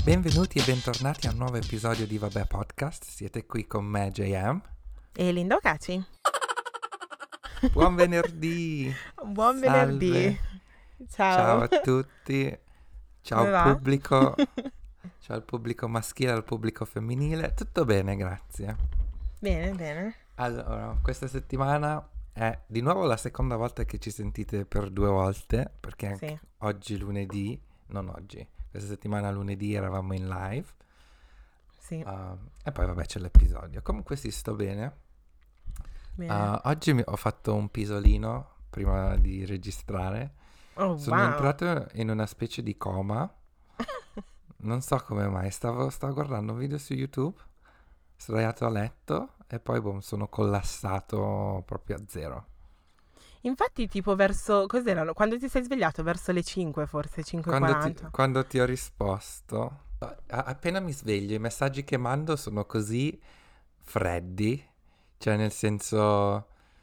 Benvenuti e bentornati a un nuovo episodio di Vabbè Podcast. Siete qui con me, JM. E Linda Ocaci. Buon venerdì! Buon Salve! venerdì. Ciao Ciao. a tutti! Ciao Come al va? pubblico! Ciao al pubblico maschile e al pubblico femminile. Tutto bene, grazie. Bene, bene. Allora, questa settimana è di nuovo la seconda volta che ci sentite per 2 volte, perché anche Sì. oggi lunedì, non oggi, questa settimana lunedì eravamo in live. Sì, E poi vabbè c'è l'episodio. Comunque sì, sto bene. bene. Oggi ho fatto un pisolino prima di registrare. Oh, Sono wow. entrato in una specie di coma. Non so come mai. Stavo guardando un video su YouTube, sdraiato a letto e poi boom, sono collassato proprio a zero. Infatti, tipo verso... Cos'erano? Quando ti sei svegliato? Verso le 5, forse, Quando ti, 5:40. quando ti ho risposto, appena mi sveglio, i messaggi che mando sono così freddi, cioè nel senso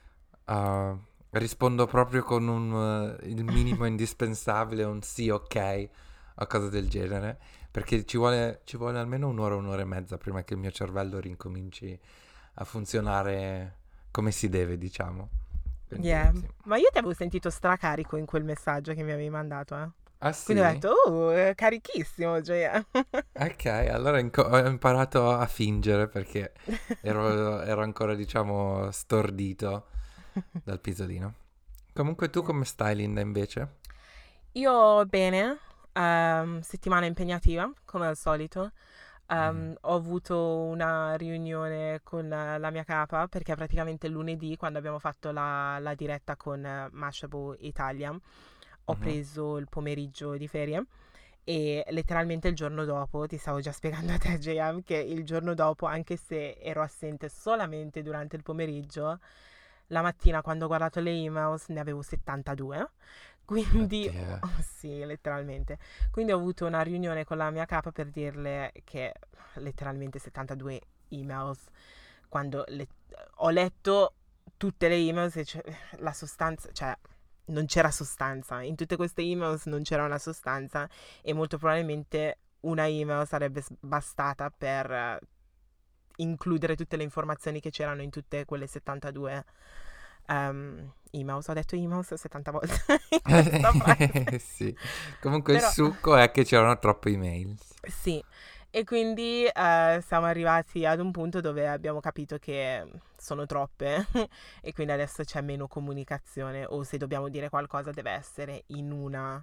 rispondo proprio con il minimo indispensabile, un sì, ok, o cose del genere, perché ci vuole almeno un'ora e mezza prima che il mio cervello rincominci a funzionare come si deve, diciamo. Quindi Yeah. sì. Ma io ti avevo sentito stracarico in quel messaggio che mi avevi mandato, eh. Ah Quindi ho sì? detto, è carichissimo, cioè. Ok, allora ho imparato a fingere perché ero ancora, diciamo, stordito dal pisolino. Comunque tu Yeah. come stai, Linda, invece? Io bene, settimana impegnativa, come al solito. Mm. Ho avuto una riunione con la mia capa perché praticamente lunedì, quando abbiamo fatto la diretta con Mashable Italia, ho Mhm. preso il pomeriggio di ferie e letteralmente il giorno dopo, ti stavo già spiegando a te, JM, che il giorno dopo, anche se ero assente solamente durante il pomeriggio, la mattina quando ho guardato le emails ne avevo 72. Quindi, Oddio. sì, letteralmente. Quindi ho avuto una riunione con la mia capa per dirle che letteralmente 72 emails. Quando ho letto tutte le emails e la sostanza, cioè non c'era sostanza. In tutte queste emails non c'era una sostanza e molto probabilmente una email sarebbe bastata per includere tutte le informazioni che c'erano in tutte quelle 72 emails. Ho detto emails 70 volte in questa frase. Sì. Comunque il Però succo è che c'erano troppe email. sì, e quindi siamo arrivati ad un punto dove abbiamo capito che sono troppe e quindi adesso c'è meno comunicazione o se dobbiamo dire qualcosa deve essere in una...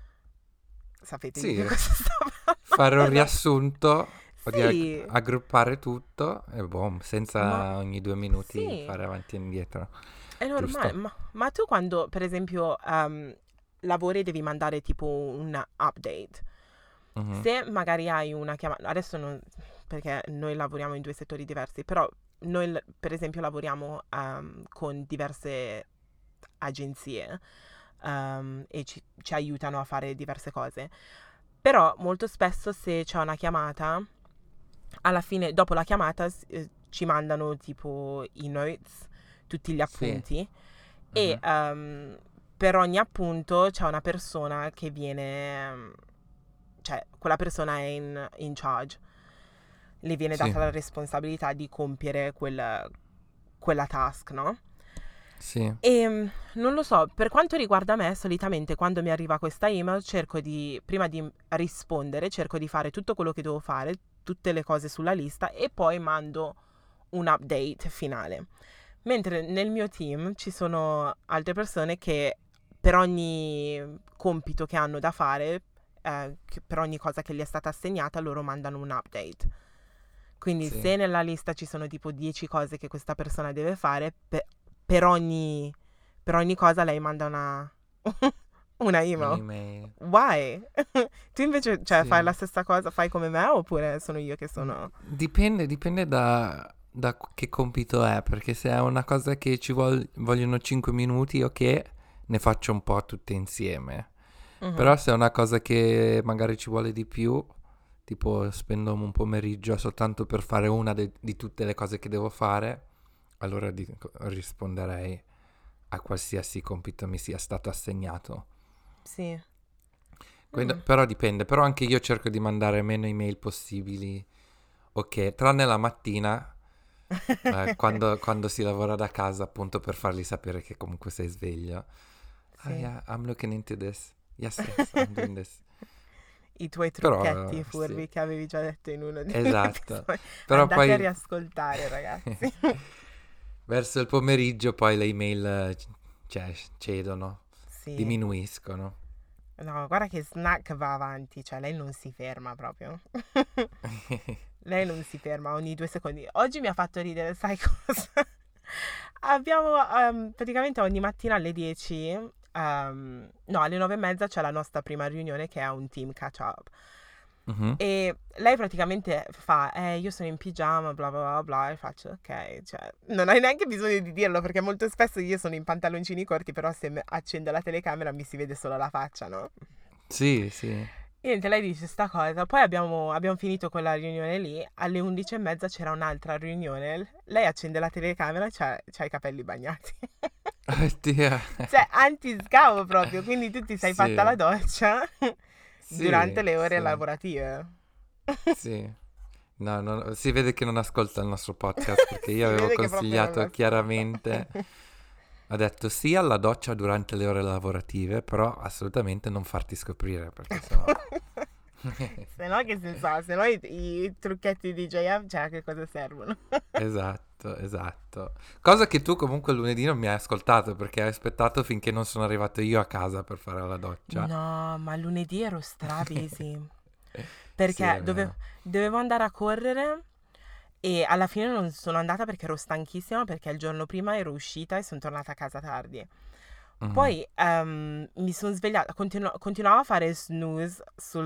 Sapete di che Sì, cosa sto fare un parlando? riassunto, Sì, aggruppare tutto e boom, ma senza ogni 2 minuti sì, fare avanti e indietro. è normale. Giusto? Ma tu quando, per esempio, lavori e devi mandare tipo un update, Mhm. se magari hai una chiamata, adesso non, perché noi lavoriamo in due settori diversi, però noi per esempio lavoriamo con diverse agenzie e ci aiutano a fare diverse cose. Però molto spesso se c'è una chiamata, alla fine, dopo la chiamata, ci mandano tipo i notes, tutti gli Sì. appunti e Mhm. per ogni appunto c'è una persona che viene, cioè quella persona è in charge, le viene Sì. data la responsabilità di compiere quella task, no? Sì. E non lo so, per quanto riguarda me, solitamente quando mi arriva questa email cerco di, prima di rispondere, cerco di fare tutto quello che devo fare, tutte le cose sulla lista e poi mando un update finale. Mentre nel mio team ci sono altre persone che per ogni compito che hanno da fare, per ogni cosa che gli è stata assegnata, loro mandano un update. Quindi Sì. se nella lista ci sono tipo 10 cose che questa persona deve fare, per ogni, per ogni cosa lei manda una email. Un'email. Why? Tu invece, cioè, fai Sì. la stessa cosa, fai come me oppure sono io che sono... Dipende da che compito è, perché se è una cosa che vogliono 5 minuti, ok, ne faccio un po' tutte insieme. Mhm. Però se è una cosa che magari ci vuole di più, tipo spendo un pomeriggio soltanto per fare una di tutte le cose che devo fare, allora risponderei a qualsiasi compito mi sia stato assegnato. Sì. Mm. Però dipende, però anche io cerco di mandare meno email possibili, ok, tranne la mattina, quando si lavora da casa, appunto per fargli sapere che comunque sei sveglio. Ah, Sì. yeah, I'm looking into this. Yes, yes, I'm doing this. I tuoi Però, trucchetti sì, furbi che avevi già detto in uno degli esatto. episodi. Però Andate a poi riascoltare, ragazzi. verso il pomeriggio poi le email, cioè, cedono, Sì. diminuiscono. No, guarda che Snack va avanti, cioè lei non si ferma proprio. Lei non si ferma ogni 2 secondi. Oggi mi ha fatto ridere, sai cosa? Abbiamo praticamente ogni mattina alle 10, no, alle 9:30 c'è la nostra prima riunione che è un team catch up. Mhm. E lei praticamente fa, io sono in pigiama, bla bla bla bla, e faccio, ok, cioè, non hai neanche bisogno di dirlo perché molto spesso io sono in pantaloncini corti, però se accendo la telecamera mi si vede solo la faccia, no? Sì, sì. Niente, lei dice sta cosa, poi abbiamo finito quella riunione lì, alle 11:30 c'era un'altra riunione, lei accende la telecamera e c'ha i capelli bagnati. Oddio. Cioè, anti-scavo proprio, quindi tu ti sei fatta la Sì, doccia durante sì, le ore sì, lavorative. sì. No, si vede che non ascolta il nostro podcast perché io Si avevo vede che proprio non lo consigliato ascolta. chiaramente, ho detto sì alla doccia durante le ore lavorative, però assolutamente non farti scoprire perché sennò... Se no che senso ha? Se no i trucchetti di JF, cioè a che cosa servono? Esatto, esatto. Cosa che tu comunque lunedì non mi hai ascoltato perché hai aspettato finché non sono arrivato io a casa per fare la doccia. No, ma lunedì ero stra busy. Sì, Perché è vero. dovevo andare a correre e alla fine non sono andata perché ero stanchissima perché il giorno prima ero uscita e sono tornata a casa tardi. Mhm. Poi mi sono svegliata, continuavo a fare snooze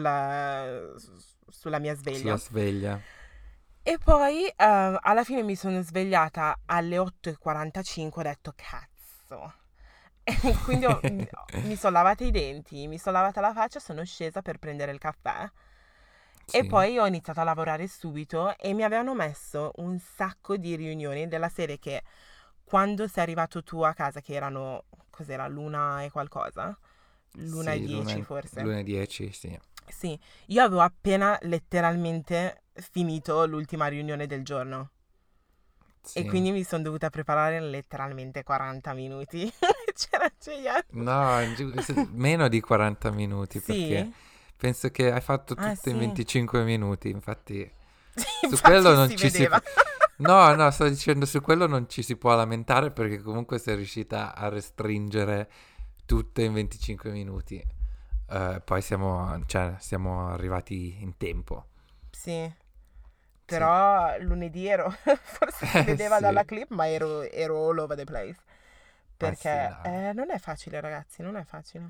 sulla mia Sulla sveglia. sveglia. E poi alla fine mi sono svegliata alle 8:45, ho detto cazzo. E quindi mi sono lavata i denti, mi sono lavata la faccia, sono scesa per prendere il caffè. E Sì, poi ho iniziato a lavorare subito e mi avevano messo un sacco di riunioni della serie che quando sei arrivato tu a casa, che erano, cos'era, l'una e qualcosa? L'una e sì, 10 forse. lunedì 10, sì. Sì, io avevo appena letteralmente finito l'ultima riunione del giorno e Sì. quindi mi sono dovuta preparare letteralmente 40 minuti. C'era Gioia. No, meno di 40 minuti perché Sì? penso che hai fatto Ah tutto in sì. 25 minuti, infatti Sì, su quello infatti non si ci si vedeva. può... No, no, sto dicendo su quello non ci si può lamentare perché comunque sei riuscita a restringere tutto in 25 minuti. Poi siamo arrivati in tempo. Sì, Sì, però lunedì ero, forse si vedeva dalla sì, clip, ma ero all over the place. sì, Perché no. non è facile, ragazzi, non è facile.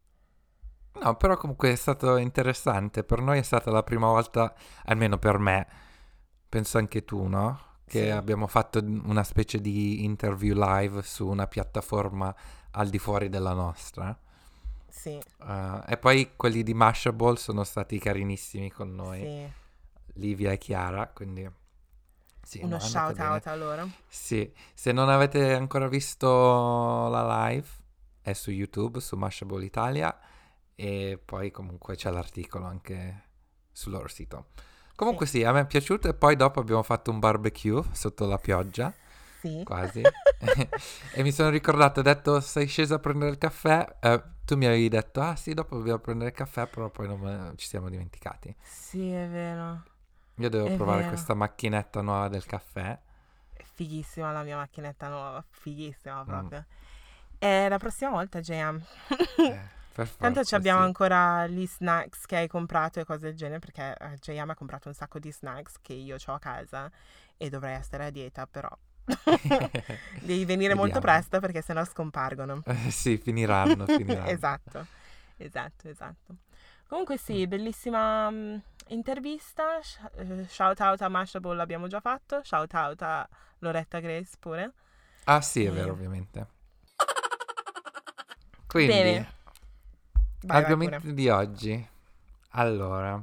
No, però comunque è stato interessante. Per noi è stata la prima volta, almeno per me, penso anche tu, no? Che Sì, abbiamo fatto una specie di interview live su una piattaforma al di fuori della nostra. sì, E poi quelli di Mashable sono stati carinissimi con noi, sì. Livia e Chiara, quindi sì, Uno no, è andata shout bene. out a loro. Sì, se non avete ancora visto la live, è su YouTube, su Mashable Italia, e poi comunque c'è l'articolo anche sul loro sito. Sì, Comunque sì, a me è piaciuto e poi dopo abbiamo fatto un barbecue sotto la pioggia, sì. quasi, e mi sono ricordato, ho detto sei scesa a prendere il caffè, tu mi avevi detto ah sì, dopo dobbiamo prendere il caffè, però poi non ci siamo dimenticati. Sì, è vero, Io devo è provare vero. questa macchinetta nuova del caffè. È fighissima la mia macchinetta nuova, fighissima Mm, proprio. E la prossima volta, JM. per Tanto ci forza, abbiamo sì. ancora gli snacks che hai comprato e cose del genere, perché JM ha comprato un sacco di snacks che io ho a casa e dovrei essere a dieta, però devi venire molto Vediamo. presto perché sennò scompargono. Sì, finiranno. Esatto, esatto, esatto. Comunque Mm. sì, bellissima intervista. Shout out a Mashable l'abbiamo già fatto. Shout out a Loretta Grace pure. Ah sì, è vero, E... ovviamente. Quindi, Bene, vai pure. argomenti di oggi. Allora,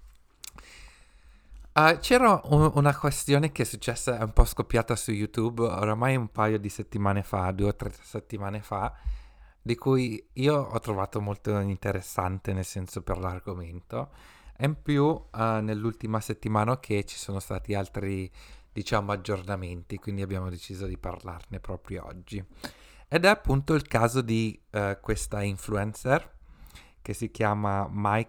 c'era una questione che è successa, è un po' scoppiata su YouTube, oramai un paio di settimane fa, 2 o 3 settimane fa, di cui io ho trovato molto interessante, nel senso, per l'argomento, e in più nell'ultima settimana che ci sono stati altri, diciamo, aggiornamenti, quindi abbiamo deciso di parlarne proprio oggi. Ed è appunto il caso di questa influencer che si chiama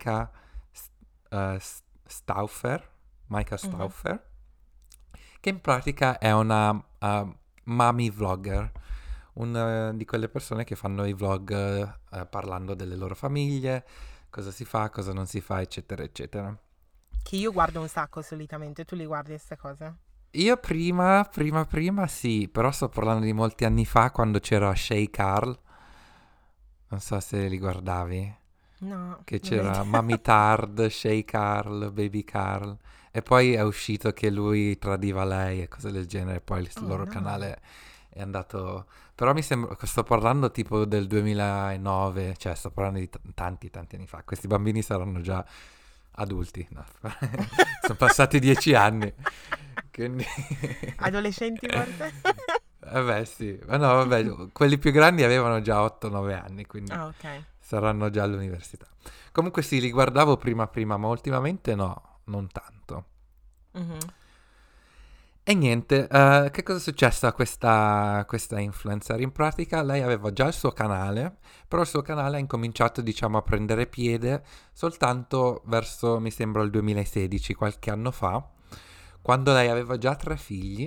Stauffer, Micah Mhm. Stauffer, che in pratica è una mommy vlogger, una di quelle persone che fanno i vlog parlando delle loro famiglie, cosa si fa, cosa non si fa, eccetera, eccetera. Che io guardo un sacco solitamente, tu li guardi queste cose? Io prima sì, però sto parlando di molti anni fa quando c'era Shay Carl, non so se li guardavi, No, che non ho c'era idea. Mami Tard, Shay Carl, Baby Carl, e poi è uscito che lui tradiva lei e cose del genere, poi il Oh loro no. canale è andato... Però mi sembra, sto parlando tipo del 2009, cioè sto parlando di tanti anni fa, questi bambini saranno già adulti, no? Sono passati 10 anni, quindi... Adolescenti forse? Vabbè sì, ma no vabbè, quelli più grandi avevano già 8-9 anni, quindi Ah, ok. saranno già all'università. Comunque sì, li guardavo prima, ma ultimamente no, non tanto. Mhm. E niente, che cosa è successo a questa influencer? In pratica lei aveva già il suo canale, però il suo canale ha incominciato, diciamo, a prendere piede soltanto verso, mi sembra, il 2016, qualche anno fa, quando lei aveva già 3 figli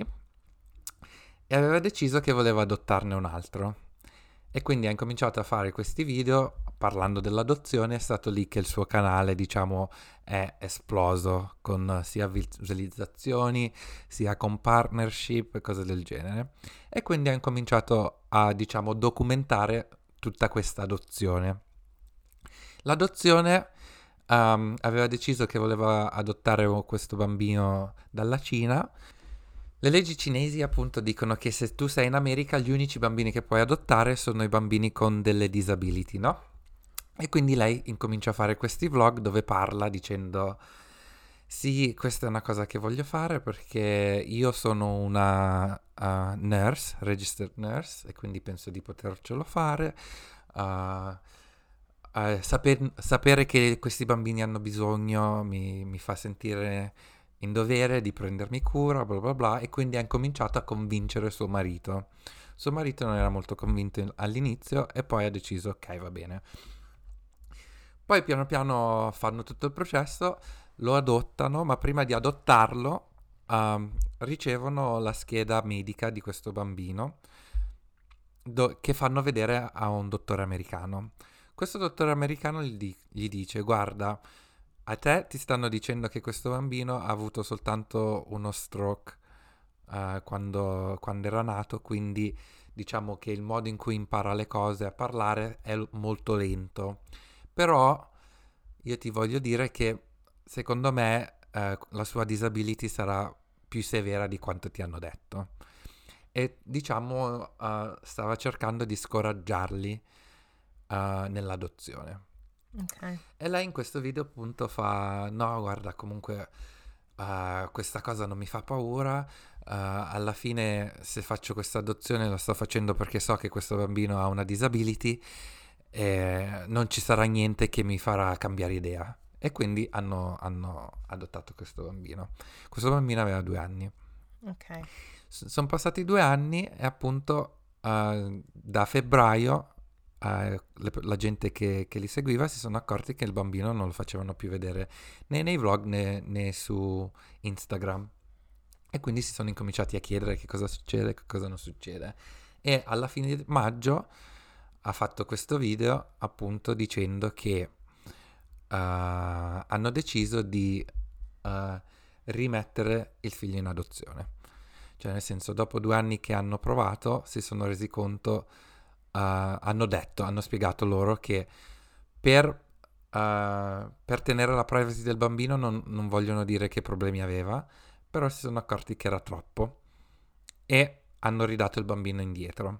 e aveva deciso che voleva adottarne un altro. E quindi ha incominciato a fare questi video parlando dell'adozione. È stato lì che il suo canale, diciamo, è esploso con sia visualizzazioni, sia con partnership e cose del genere. E quindi ha incominciato a, diciamo, documentare tutta questa adozione. L'adozione aveva deciso che voleva adottare questo bambino dalla Cina. Le leggi cinesi appunto dicono che se tu sei in America gli unici bambini che puoi adottare sono i bambini con delle disability, no? E quindi lei incomincia a fare questi vlog dove parla dicendo sì, questa è una cosa che voglio fare perché io sono una nurse, registered nurse, e quindi penso di potercelo fare. Uh, sapere che questi bambini hanno bisogno mi fa sentire in dovere di prendermi cura, bla bla bla, e quindi ha incominciato a convincere suo marito. Suo marito non era molto convinto all'inizio e poi ha deciso, ok, va bene. Poi piano piano fanno tutto il processo, lo adottano, ma prima di adottarlo ricevono la scheda medica di questo bambino che fanno vedere a un dottore americano. Questo dottore americano gli dice, guarda, a te ti stanno dicendo che questo bambino ha avuto soltanto uno stroke quando era nato, quindi diciamo che il modo in cui impara le cose a parlare è molto lento. Però io ti voglio dire che secondo me la sua disability sarà più severa di quanto ti hanno detto. E diciamo stava cercando di scoraggiarli nell'adozione. Ok. E lei in questo video appunto fa, no, guarda, comunque questa cosa non mi fa paura, alla fine se faccio questa adozione lo sto facendo perché so che questo bambino ha una disability e non ci sarà niente che mi farà cambiare idea. E quindi hanno adottato questo bambino. Questo bambino aveva 2 anni. Ok. Sono passati 2 anni e appunto da febbraio la gente che li seguiva si sono accorti che il bambino non lo facevano più vedere né nei vlog né su Instagram. E quindi si sono incominciati a chiedere che cosa succede, che cosa non succede. E alla fine di maggio ha fatto questo video appunto dicendo che hanno deciso di rimettere il figlio in adozione. Cioè, nel senso, dopo 2 anni che hanno provato, si sono resi conto, hanno spiegato loro che per, per tenere la privacy del bambino non vogliono dire che problemi aveva, però si sono accorti che era troppo e hanno ridato il bambino indietro.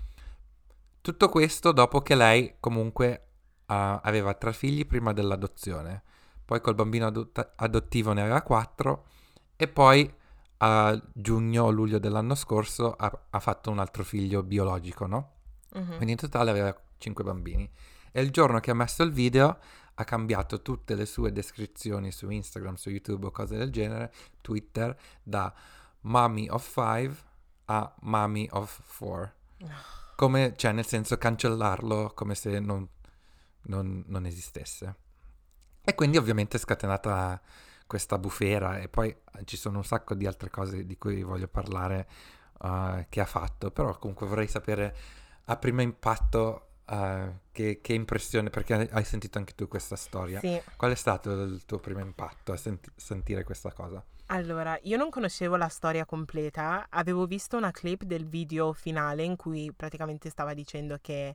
Tutto questo dopo che lei comunque aveva 3 figli prima dell'adozione, poi col bambino adottivo ne aveva 4 e poi a giugno o luglio dell'anno scorso ha fatto un altro figlio biologico, no? Mhm. Quindi in totale aveva 5 bambini. E il giorno che ha messo il video ha cambiato tutte le sue descrizioni su Instagram, su YouTube o cose del genere, Twitter, da mommy of 5 a mommy of 4. Come, cioè, nel senso, cancellarlo come se non esistesse. E quindi ovviamente è scatenata questa bufera, e poi ci sono un sacco di altre cose di cui voglio parlare che ha fatto, però comunque vorrei sapere a primo impatto che impressione, perché hai sentito anche tu questa storia. Sì. Qual è stato il tuo primo impatto a sentire questa cosa? Allora, io non conoscevo la storia completa, avevo visto una clip del video finale in cui praticamente stava dicendo che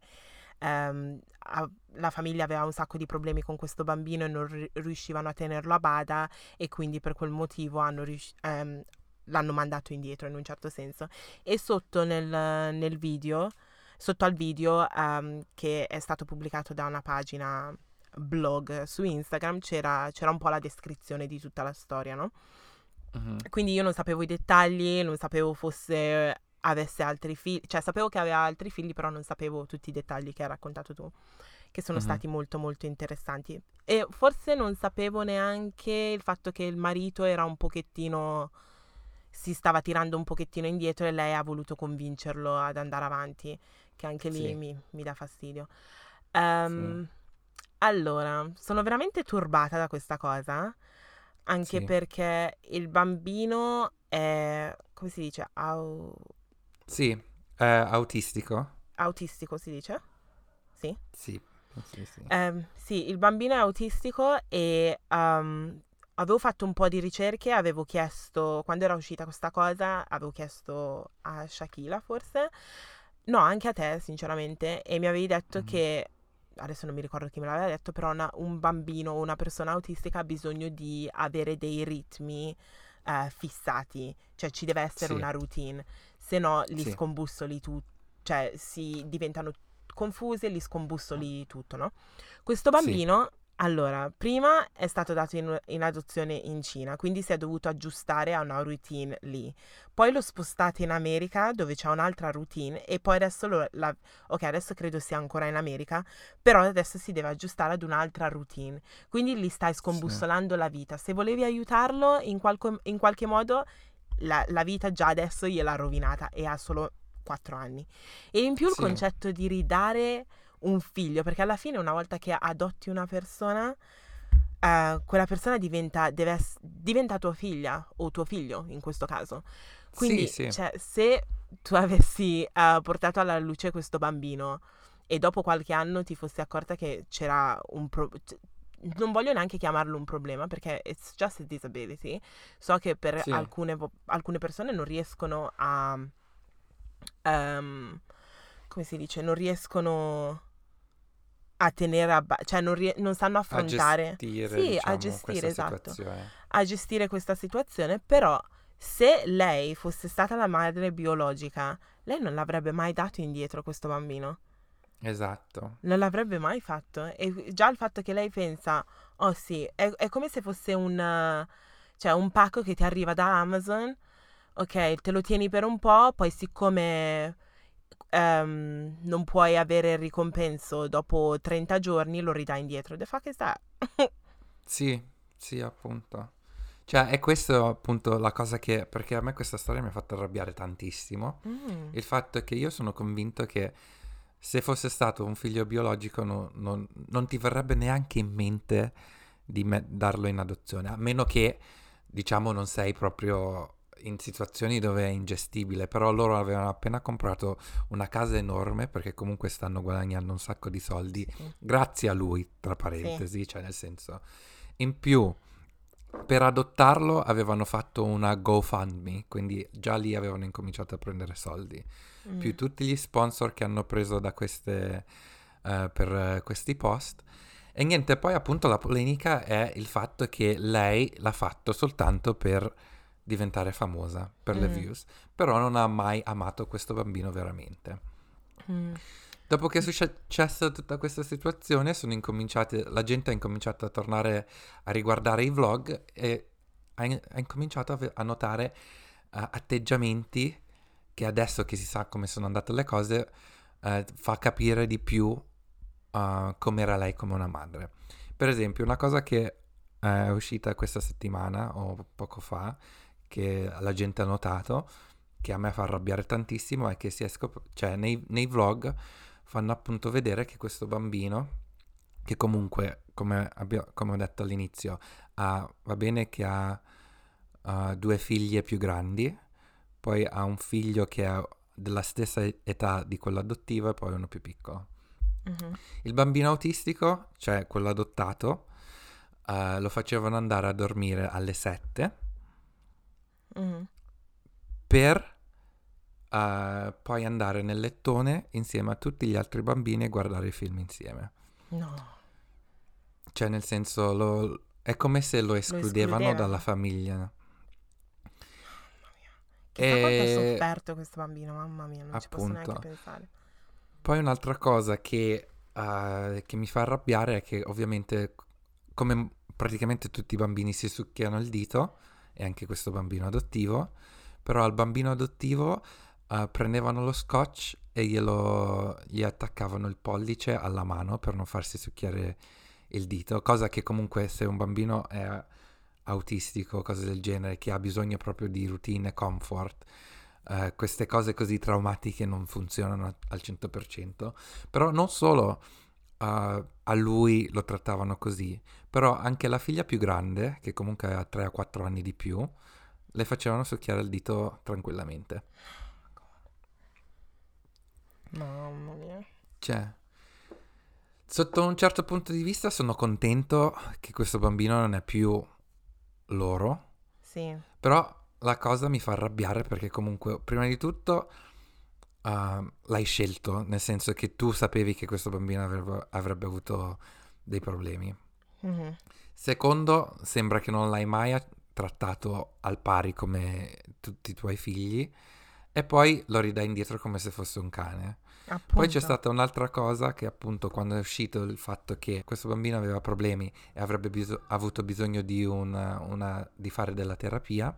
la famiglia aveva un sacco di problemi con questo bambino e non riuscivano a tenerlo a bada, e quindi per quel motivo l'hanno mandato indietro in un certo senso. E sotto nel video, sotto al video che è stato pubblicato da una pagina blog su Instagram, c'era un po' la descrizione di tutta la storia, no? Mhm. Quindi io non sapevo i dettagli, non sapevo fosse avesse altri figli, cioè sapevo che aveva altri figli, però non sapevo tutti i dettagli che hai raccontato tu, che sono Mhm. stati molto molto interessanti. E forse non sapevo neanche il fatto che il marito era un pochettino, si stava tirando un pochettino indietro, e lei ha voluto convincerlo ad andare avanti, che anche lì Sì, mi dà fastidio. sì, Allora, sono veramente turbata da questa cosa, anche sì, perché il bambino è, come si dice, sì, autistico? autistico, si dice? Sì. Sì, penso di sì. Sì, il bambino è autistico, e avevo fatto un po' di ricerche, avevo chiesto, quando era uscita questa cosa, avevo chiesto a Shakila forse, no, anche a te sinceramente, e mi avevi detto Mhm. che, adesso non mi ricordo chi me l'aveva detto, però un bambino o una persona autistica ha bisogno di avere dei ritmi fissati, cioè ci deve essere Sì, una routine, se no li sì, scombussoli tu, cioè si diventano confusi e li scombussoli tutto, no? Questo sì, bambino, allora, prima è stato dato in adozione in Cina, quindi si è dovuto aggiustare a una routine lì. Poi lo spostate in America, dove c'è un'altra routine, e poi adesso ok, adesso credo sia ancora in America, però adesso si deve aggiustare ad un'altra routine. Quindi gli stai sì, scombussolando la vita. Se volevi aiutarlo in qualche modo, la vita già adesso gliel'ha rovinata, e ha solo 4 anni. E in più il sì, concetto di ridare un figlio, perché alla fine una volta che adotti una persona, quella persona diventa tua figlia o tuo figlio in questo caso. sì, Quindi, sì, cioè, se tu avessi portato alla luce questo bambino e dopo qualche anno ti fossi accorta che c'era non voglio neanche chiamarlo un problema, perché it's just a disability. So che per sì, alcune persone non riescono a come si dice, non riescono a tenere cioè non sanno a affrontare, gestire, sì, a diciamo, gestire, questa esatto, situazione. a gestire questa situazione. Però se lei fosse stata la madre biologica, lei non l'avrebbe mai dato indietro questo bambino. Esatto. Non l'avrebbe mai fatto. E già il fatto che lei pensa, oh sì, è come se fosse cioè un pacco che ti arriva da Amazon, ok, te lo tieni per un po', poi siccome non puoi avere il ricompenso dopo 30 giorni, lo ridai indietro. The fuck is that? Sì, sì, appunto. Cioè, è questo appunto la cosa che, perché a me questa storia mi ha fatto arrabbiare tantissimo. Mm, Il fatto è che io sono convinto che se fosse stato un figlio biologico non ti verrebbe neanche in mente di darlo in adozione, a meno che, diciamo, non sei proprio in situazioni dove è ingestibile, però loro avevano appena comprato una casa enorme, perché comunque stanno guadagnando un sacco di soldi, sì, grazie a lui, tra sì. parentesi, cioè nel senso, in più, per adottarlo avevano fatto una GoFundMe, quindi già lì avevano incominciato a prendere soldi, più Mm, tutti gli sponsor che hanno preso da per questi post. E niente, poi appunto la polemica è il fatto che lei l'ha fatto soltanto per diventare famosa, per le mm, views, però non ha mai amato questo bambino veramente. mm, Dopo che è successa tutta questa situazione, la gente ha incominciato a tornare a riguardare i vlog e ha incominciato a notare atteggiamenti che adesso che si sa come sono andate le cose, fa capire di più com'era lei come una madre. Per esempio, una cosa che è uscita questa settimana o poco fa, che la gente ha notato, che a me fa arrabbiare tantissimo, è che cioè nei vlog fanno appunto vedere che questo bambino, che comunque, come ho detto all'inizio, va bene che ha due figlie più grandi, poi ha un figlio che è della stessa età di quello adottivo e poi uno più piccolo. Mhm. Il bambino autistico, cioè quello adottato, lo facevano andare a dormire alle 7 Mhm. per poi andare nel lettone insieme a tutti gli altri bambini e guardare i film insieme. No, Cioè, nel senso, è come se lo lo escludevano dalla escludevano. famiglia. Mamma mia. Chissà quanto ha E sofferto questo bambino, mamma mia, non ci posso neanche appunto. pensare. Poi un'altra cosa che mi fa arrabbiare è che ovviamente, come praticamente tutti i bambini si succhiano il dito, e anche questo bambino adottivo, però al bambino adottivo prendevano lo scotch e gli attaccavano il pollice alla mano per non farsi succhiare il dito, cosa che comunque se un bambino è autistico, cose del genere, che ha bisogno proprio di routine e comfort, queste cose così traumatiche non funzionano al 100%, però non solo a lui lo trattavano così, però anche la figlia più grande, che comunque ha 3 o 4 anni di più, le facevano succhiare il dito tranquillamente. Mamma mia. Cioè, sotto un certo punto di vista sono contento che questo bambino non è più loro, Sì. però la cosa mi fa arrabbiare perché comunque, prima di tutto, l'hai scelto, nel senso che tu sapevi che questo bambino avrebbe avuto dei problemi. Mhm. Secondo, sembra che non l'hai mai trattato al pari come tutti i tuoi figli e poi lo ridai indietro come se fosse un cane. Poi c'è Appunto. stata un'altra cosa che appunto quando è uscito il fatto che questo bambino aveva problemi e avrebbe avuto bisogno di, di fare della terapia,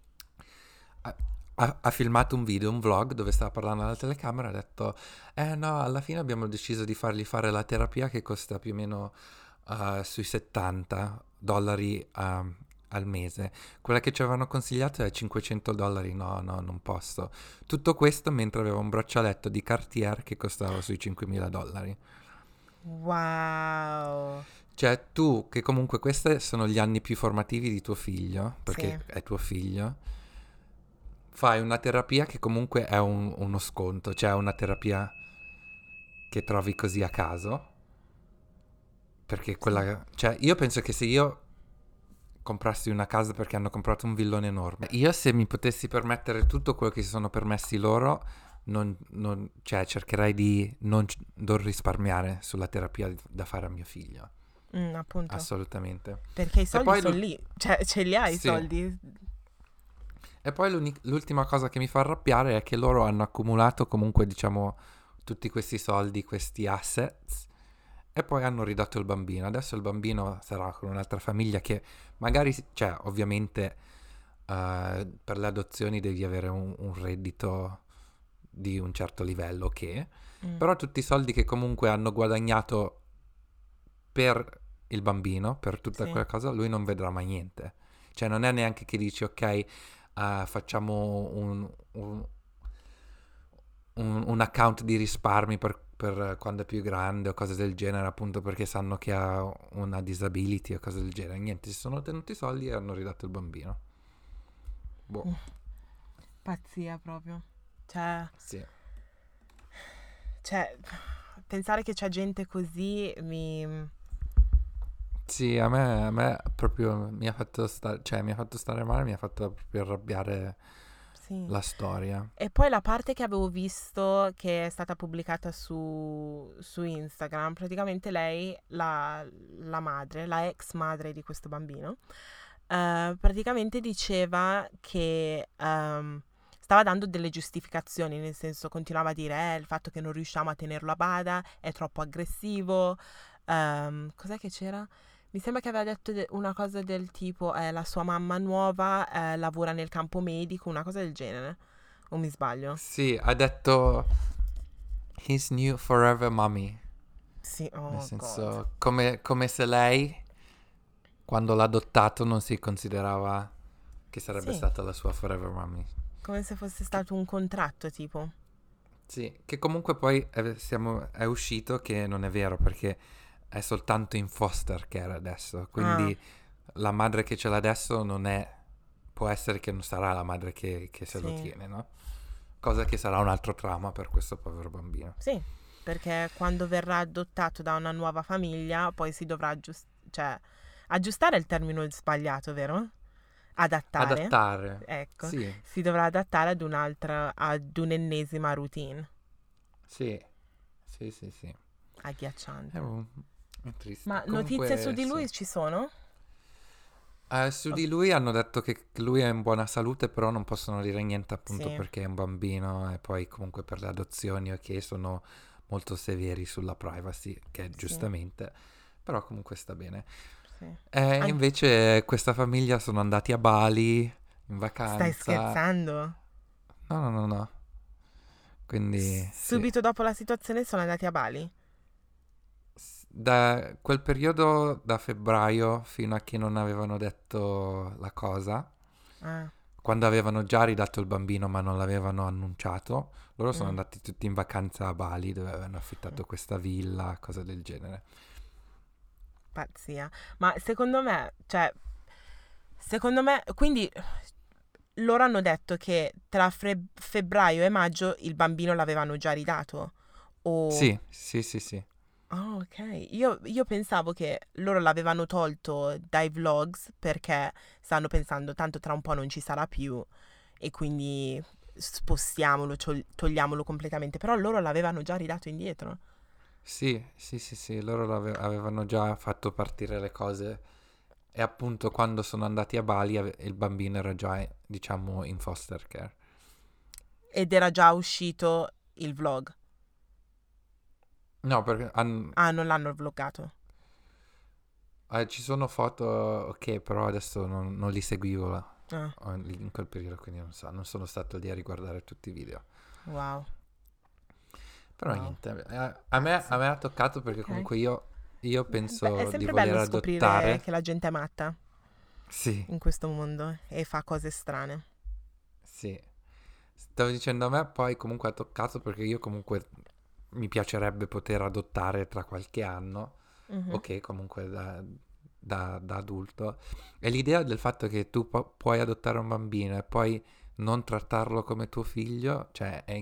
ha filmato un video, un vlog dove stava parlando alla telecamera e ha detto no, alla fine abbiamo deciso di fargli fare la terapia che costa più o meno sui $70 al mese. Quella che ci avevano consigliato è $500. No, no, non posso. Tutto questo mentre aveva un braccialetto di Cartier che costava sui $5.000. Wow. Cioè, tu, che comunque questi sono gli anni più formativi di tuo figlio, Sì. perché è tuo figlio, fai una terapia che comunque è uno sconto, cioè una terapia che trovi così a caso, perché Sì. quella... Cioè, io penso che se io comprassi una casa perché hanno comprato un villone enorme, io se mi potessi permettere tutto quello che si sono permessi loro, cioè, cercherei di non risparmiare sulla terapia da fare a mio figlio. Appunto. Assolutamente. Perché i E soldi poi, sono lì. Cioè, ce li hai i sì. soldi. E poi l'ultima cosa che mi fa arrabbiare è che loro hanno accumulato comunque, diciamo, tutti questi soldi, questi assets, e poi hanno ridotto il bambino. Adesso il bambino sarà con un'altra famiglia che magari, cioè, ovviamente per le adozioni devi avere un reddito di un certo livello, ok? Mm. Però tutti i soldi che comunque hanno guadagnato per il bambino, per tutta Sì. quella cosa, lui non vedrà mai niente. Cioè non è neanche che dici ok, facciamo un account di risparmi per quando è più grande o cose del genere, appunto perché sanno che ha una disability o cose del genere. Niente, si sono tenuti i soldi e hanno ridato il bambino. Boh, Pazzia proprio. Cioè, sì. cioè, pensare che c'è gente così mi... Sì, a me proprio mi ha fatto stare, cioè mi ha fatto stare male, mi ha fatto proprio arrabbiare Sì. la storia. E poi la parte che avevo visto che è stata pubblicata su Instagram, praticamente lei, la madre, la ex madre di questo bambino, praticamente diceva che stava dando delle giustificazioni, nel senso continuava a dire il fatto che non riusciamo a tenerlo a bada, è troppo aggressivo, cos'è che c'era? Mi sembra che aveva detto una cosa del tipo la sua mamma nuova lavora nel campo medico, una cosa del genere. O mi sbaglio? Sì, ha detto his new forever mommy. Sì, Nel oh God. senso, come se lei, quando l'ha adottato, non si considerava che sarebbe Sì, stata la sua forever mommy. come se fosse Che, stato un contratto, tipo. sì, che comunque poi è uscito che non è vero perché è soltanto in foster care adesso. Ah, Quindi la madre che ce l'ha adesso non è, può essere che non sarà la madre che se lo sì, tiene, no? Cosa che sarà un altro trauma per questo povero bambino. sì, perché quando verrà adottato da una nuova famiglia, poi si dovrà cioè, aggiustare è il termine sbagliato, vero? Adattare. Adattare, Ecco, sì, si dovrà adattare ad un'ennesima routine. sì, sì, sì, sì. Agghiacciante. Oh, è triste. Ma notizie su Comunque, di sì. lui ci sono? Su Oh, di lui hanno detto che lui è in buona salute, però non possono dire niente appunto sì, perché è un bambino e poi comunque per le adozioni che sono molto severi sulla privacy, che sì, giustamente, però comunque sta bene. sì. E An- invece questa famiglia sono andati a Bali in Stai vacanza. scherzando? No, no, no, no. Quindi sì. Subito dopo la situazione sono andati a Bali? Da quel periodo, da febbraio fino a che non avevano detto la cosa, Ah, quando avevano già ridato il bambino ma non l'avevano annunciato, loro sono mm, andati tutti in vacanza a Bali dove avevano mm, affittato questa villa, cose del genere. pazzia. Ma secondo me, quindi loro hanno detto che tra febbraio e maggio il bambino l'avevano già ridato? O... Sì, sì, sì, sì. Ah, ok. Io pensavo che loro l'avevano tolto dai vlogs perché stanno pensando tanto tra un po' non ci sarà più e quindi spostiamolo, togliamolo completamente. Però loro l'avevano già ridato indietro. Sì, sì, sì, sì, loro avevano già fatto partire le cose e appunto quando sono andati a Bali il bambino era già, diciamo, in foster care. Ed era già uscito il vlog. No, perché Ah, non l'hanno vloggato. ci sono foto, ok, però adesso non li seguivo Ah, in quel periodo, quindi non so, non sono stato lì a riguardare tutti i video. wow, Però wow. niente, a Pazzi. me ha toccato perché Ok. comunque io Beh, è penso di sempre voler bello scoprire adottare. che la gente è matta Sì, in questo mondo e fa cose strane. sì. Stavo dicendo a me, poi comunque ha toccato perché io comunque mi piacerebbe poter adottare tra qualche anno, Mhm. ok, comunque da adulto. E l'idea del fatto che tu puoi adottare un bambino e poi non trattarlo come tuo figlio, cioè è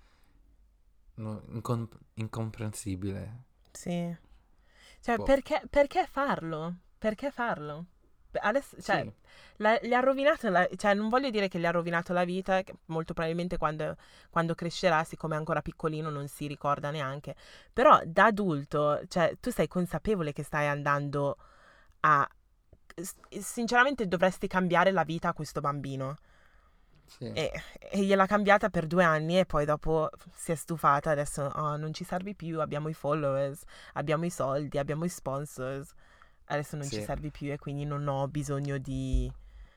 incomprensibile. Sì. Cioè, Boh, perché farlo? Perché farlo? Adesso, cioè, sì, gli ha rovinato cioè, non voglio dire che gli ha rovinato la vita, che molto probabilmente quando crescerà, siccome è ancora piccolino, non si ricorda neanche. Però da adulto, cioè, tu sei consapevole che stai andando a... Sinceramente dovresti cambiare la vita a questo bambino. sì, E gliel'ha cambiata per 2 anni e poi dopo si è stufata. Adesso "Oh, non ci servi più, abbiamo i followers, abbiamo i soldi, abbiamo i sponsors. Adesso non ci sì, servi più e quindi non ho bisogno di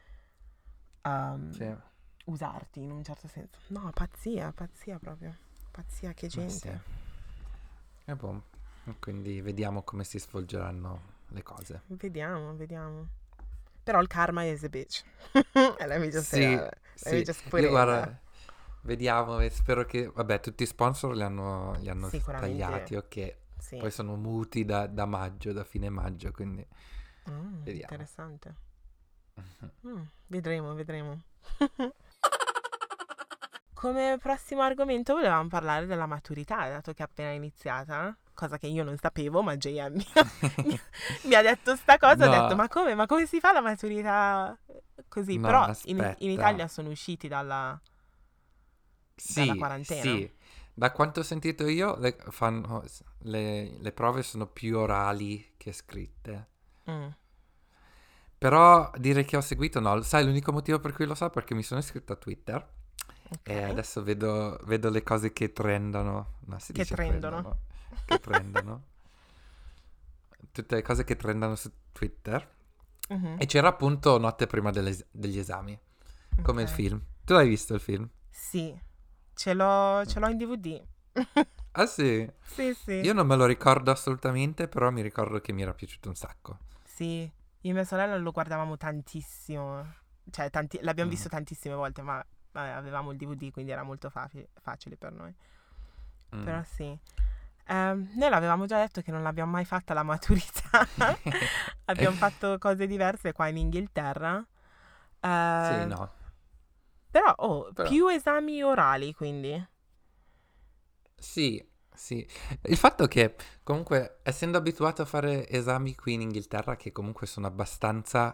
sì, usarti in un certo senso. No, pazzia, pazzia proprio. Pazzia, che ma sì. gente. E boh, quindi vediamo come si svolgeranno le cose. Vediamo, vediamo. Però il karma is a bitch. Let me just say Sì, that. Let me sì, just put io it in there. guarda, vediamo e spero che, vabbè, tutti i sponsor li hanno Sicuramente, tagliati, ok, sì. poi sono muti da maggio, da fine maggio, quindi vediamo. Interessante. Vedremo, vedremo. Come prossimo argomento volevamo parlare della maturità, dato che è appena iniziata, cosa che io non sapevo, ma JM mi- mi ha detto sta cosa, ho detto No, ma come? Ma come si fa la maturità così? no, Però in aspetta. Italia sono usciti dalla Sì, quarantena. sì, da quanto ho sentito io, le prove sono più orali che scritte. Mm, Però dire che ho seguito, no, sai, l'unico motivo per cui lo so è perché mi sono iscritto a Twitter e ok. adesso vedo le cose che trendano, no, si Che dice trendono. trendano, che trendano, tutte le cose che trendano su Twitter. Mhm, E c'era appunto notte prima degli esami, come il ok. film. Tu l'hai visto il film? Sì, ce l'ho Ok. in DVD. Ah sì? Sì, sì. Io non me lo ricordo assolutamente, però mi ricordo che mi era piaciuto un sacco. Sì, io e mia sorella lo guardavamo tantissimo. Cioè, l'abbiamo Mm, visto tantissime volte, ma vabbè, avevamo il DVD, quindi era molto facile per noi. mm. Però sì. Noi l'avevamo già detto che non l'abbiamo mai fatta la maturità. Abbiamo fatto cose diverse qua in Inghilterra. Sì, Eh, no, però, però più esami orali, quindi. sì, sì. Il fatto che comunque, essendo abituato a fare esami qui in Inghilterra, che comunque sono abbastanza,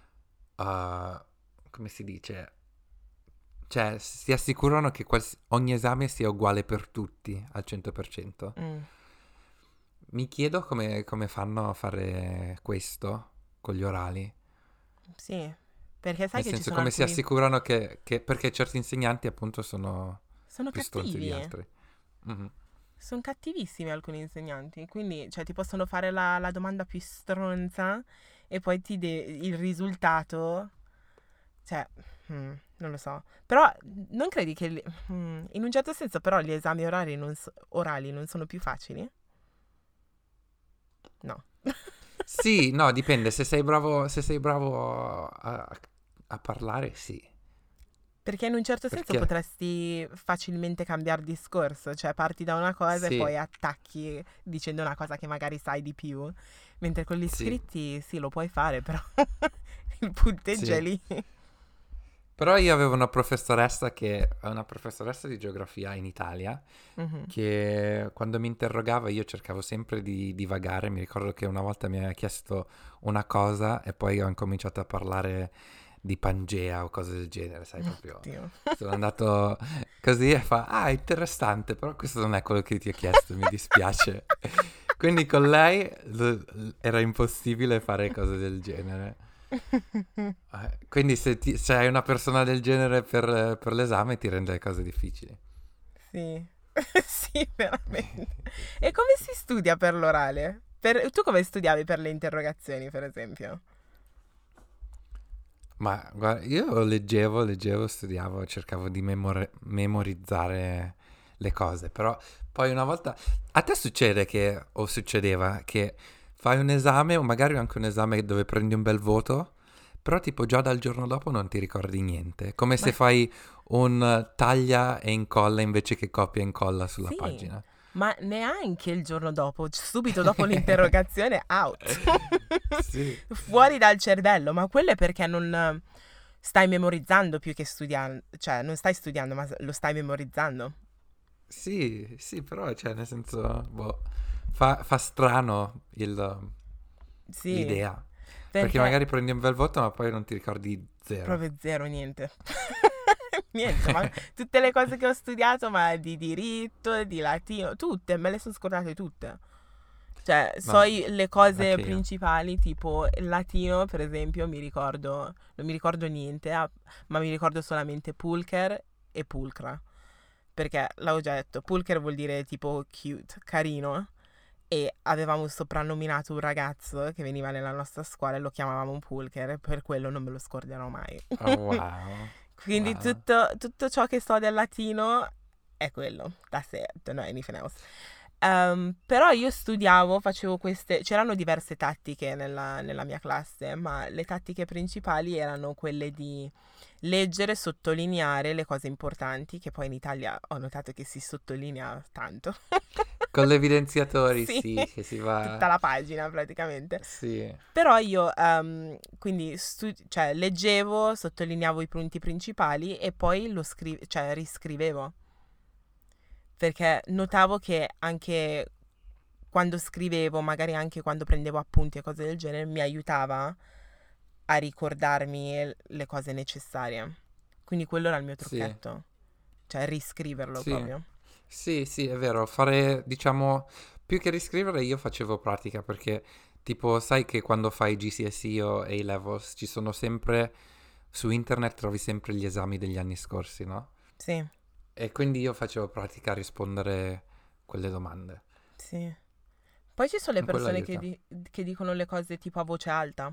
come si dice, cioè si assicurano che ogni esame sia uguale per tutti al 100%. Mm, Mi chiedo come fanno a fare questo con gli orali. sì, perché sai Nel che ci senso, sono come si alcuni. assicurano perché certi insegnanti appunto sono Sono più stronzi di cattivi. altri. Mhm. Sono cattivissimi alcuni insegnanti, quindi cioè, ti possono fare la domanda più stronza e poi il risultato, cioè, non lo so. Però non credi che, in un certo senso, però gli esami orali non sono più facili? No. Sì, no, dipende. Se sei bravo a parlare, sì. Perché in un certo senso Perché potresti facilmente cambiare discorso, cioè parti da una cosa e sì, poi attacchi dicendo una cosa che magari sai di più, mentre con gli sì, iscritti sì, lo puoi fare, però il punteggio è sì. lì. Però io avevo una professoressa che è una professoressa di geografia in Italia Mhm. che quando mi interrogava io cercavo sempre di divagare. Mi ricordo che una volta mi aveva chiesto una cosa e poi ho incominciato a parlare di Pangea o cose del genere, sai, proprio. Oddio. Sono andato così e fa, ah, interessante, però questo non è quello che ti ho chiesto, mi dispiace. Quindi con lei era impossibile fare cose del genere. Quindi se hai una persona del genere per l'esame ti rende le cose difficili. Sì, sì, veramente. E come si studia per l'orale? Tu come studiavi per le interrogazioni, per esempio? Ma guarda, io leggevo, studiavo, cercavo di memorizzare le cose, però poi una volta... A te succede che, o succedeva, che fai un esame o magari anche un esame dove prendi un bel voto, però tipo già dal giorno dopo non ti ricordi niente, come Ma se fai un taglia e incolla invece che copia e incolla sulla sì, pagina. ma neanche il giorno dopo, subito dopo l'interrogazione, out. Sì, Fuori dal cervello, ma quello è perché non stai memorizzando più che studiando, cioè non stai studiando, ma lo stai memorizzando. sì, sì, però, cioè, nel senso, boh, fa strano Sì, l'idea. Perché perché magari prendi un bel voto, ma poi non ti ricordi zero. proprio zero, niente. Niente, ma tutte le cose che ho studiato, ma di diritto, di latino, tutte, me le sono scordate tutte. Cioè, so Ma le cose anche io. principali, tipo il latino, per esempio, non mi ricordo niente, ma mi ricordo solamente pulcher e pulcra. Perché l'avevo già detto, pulcher vuol dire tipo cute, carino. E avevamo soprannominato un ragazzo che veniva nella nostra scuola e lo chiamavamo Pulcher, e per quello non me lo scorderò mai. Oh, wow. Quindi Wow. tutto ciò che so del latino è quello. That's it, don't know anything else. Però io studiavo, facevo queste. C'erano diverse tattiche nella mia classe, ma le tattiche principali erano quelle di leggere, sottolineare le cose importanti, che poi in Italia ho notato che si sottolinea tanto. Con l'evidenziatori, Sì, sì, che si tutta va... la pagina praticamente. Sì, Però io quindi cioè, leggevo, sottolineavo i punti principali e poi cioè, riscrivevo. Perché notavo che anche quando scrivevo, magari anche quando prendevo appunti e cose del genere, mi aiutava a ricordarmi le cose necessarie. Quindi quello era il mio sì, trucchetto. Cioè, riscriverlo sì. proprio. Sì, sì, è vero. Fare, diciamo, più che riscrivere, io facevo pratica perché, tipo, sai che quando fai GCSE o A-Levels ci sono sempre, su internet trovi sempre gli esami degli anni scorsi, no? Sì, E quindi io facevo pratica a rispondere quelle domande. sì. Poi ci sono le E quello persone aiuta. che dicono le cose tipo a voce alta.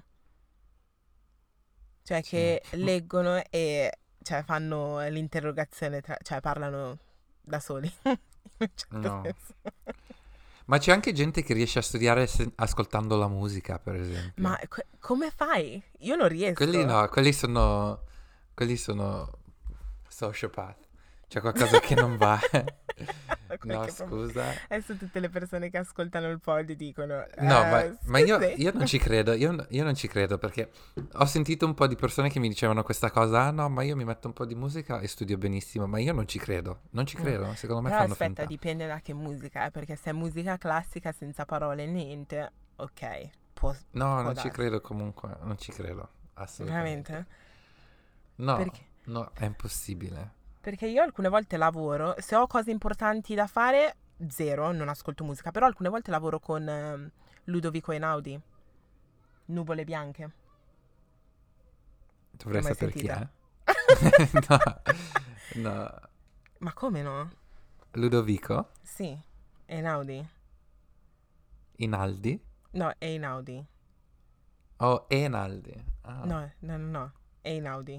Cioè Sì. che leggono e cioè, fanno l'interrogazione, cioè parlano da soli. in un certo No. senso. Ma c'è anche gente che riesce a studiare ascoltando la musica, per esempio. Ma come fai? Io non riesco. Quelli no, quelli sono sociopath. C'è qualcosa che non va. No, Qualche problema. scusa. Adesso tutte le persone che ascoltano il pod dicono: No, ma scusi. io non ci credo, io non ci credo perché ho sentito un po' di persone che mi dicevano questa cosa, ah no, ma io mi metto un po' di musica e studio benissimo, ma io non ci credo, non ci Mm. credo, secondo me Però fanno aspetta, finta. dipende da che musica è, perché se è musica classica senza parole e niente, ok, può No, non ci darsi. credo comunque, non ci credo, assolutamente. Veramente? No, Perché? no, è impossibile. Perché io alcune volte lavoro, se ho cose importanti da fare, zero, non ascolto musica, però alcune volte lavoro con Ludovico Einaudi, Nuvole Bianche. Dovrei L'hai mai sapere chi sentita? è. No, no. Ma come no? Ludovico? Sì, Einaudi. Inaldi? No, Einaudi. Oh, Enaldi. Ah. No, no, no, no, Einaudi.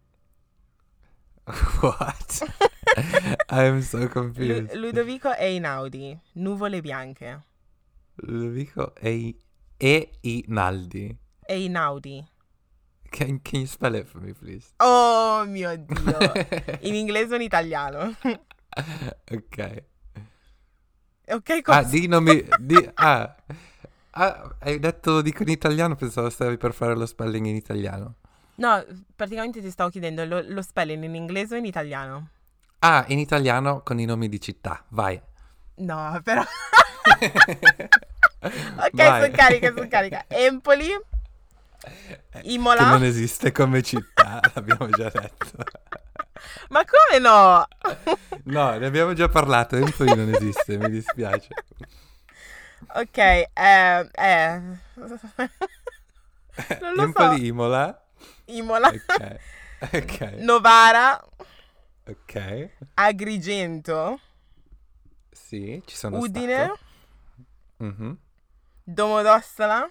What? I'm so confused. Ludovico Einaudi, Nuvole Bianche. Ludovico Inaldi. Einaudi. Can you spell it for me, please? Oh mio Dio. In inglese o in italiano? Ok. Ok, cosa? Hai detto lo dico in italiano, pensavo stavi per fare lo spelling in italiano. No, praticamente ti stavo chiedendo lo spelling in inglese o in italiano? Ah, in italiano con i nomi di città, vai. No, però... Ok, Vai. sono carica. Empoli, Che Imola. non esiste come città, l'abbiamo già detto. Ma come no? No, ne abbiamo già parlato, Empoli non esiste, mi dispiace. Ok, non lo so. Empoli, Imola. Imola, Ok. Ok. Novara, Ok. Agrigento, Sì, ci sono Udine, stato. Mhm. Domodossola,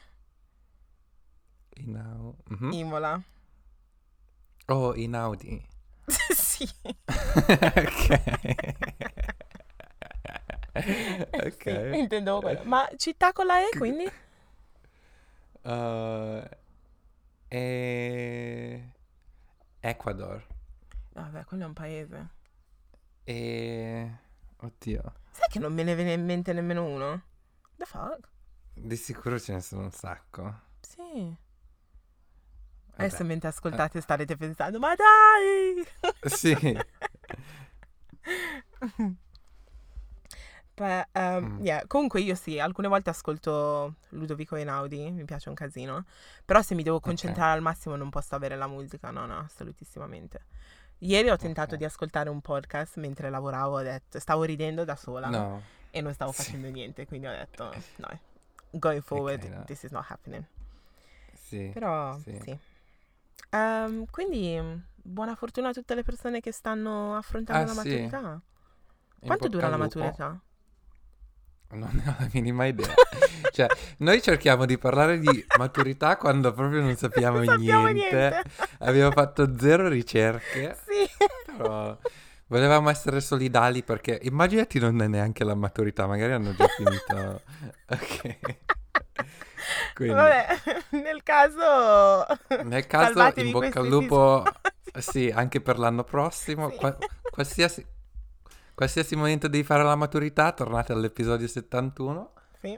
Mhm. Imola. Oh, Inaudi. Sì. Ok. Ok. Sì, intendevo quello. Ma città con la E, quindi? E... Ecuador. Vabbè, quello è un paese. Oddio. Sai che non me ne viene in mente nemmeno uno? The fuck? Di sicuro ce ne sono un sacco. Sì. Vabbè. Adesso mentre ascoltate starete pensando, ma dai! Sì. Yeah. Comunque io sì, alcune volte ascolto Ludovico Einaudi, mi piace un casino, però se mi devo concentrare al massimo non posso avere la musica, no, assolutissimamente. Ieri ho tentato di ascoltare un podcast mentre lavoravo, ho detto, stavo ridendo da sola No. e non stavo facendo niente, quindi ho detto, no, going forward, no. this is not happening. Sì. Però sì. Quindi buona fortuna a tutte le persone che stanno affrontando la sì. maturità. In Quanto bocca dura al la lupo. maturità? Non ne ho la minima idea. Cioè, noi cerchiamo di parlare di maturità quando proprio non sappiamo, Non sappiamo niente. Abbiamo fatto zero ricerche. Sì. Però volevamo essere solidali perché immaginati non è neanche la maturità, magari hanno già finito. Ok. Quindi, Vabbè, nel caso nel caso, in salvatevi bocca al questi lupo, episodi. sì, anche per l'anno prossimo. Sì. Qualsiasi momento devi fare la maturità, tornate all'episodio 71 Sì.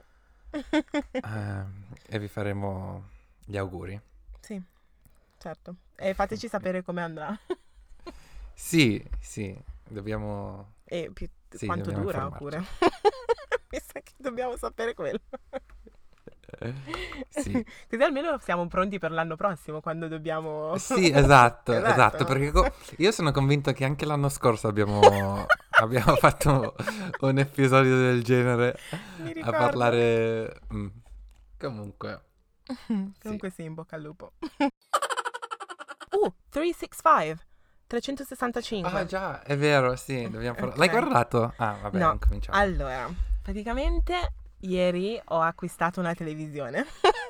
e vi faremo gli auguri. Sì, certo. E fateci sapere come andrà. Sì, dobbiamo... E Sì, quanto dobbiamo dura informarci. oppure. Mi sa che dobbiamo sapere quello. Sì. Così almeno siamo pronti per l'anno prossimo quando dobbiamo... Sì, esatto, Esatto. perché io sono convinto che anche l'anno scorso abbiamo fatto un episodio del genere Mi a ricordo. parlare... Comunque, Comunque sì, in bocca al lupo. 365. 365. Ah già, è vero, sì, dobbiamo Ok. L'hai guardato? Ah, vabbè, No, incominciamo. allora, praticamente ieri ho acquistato una televisione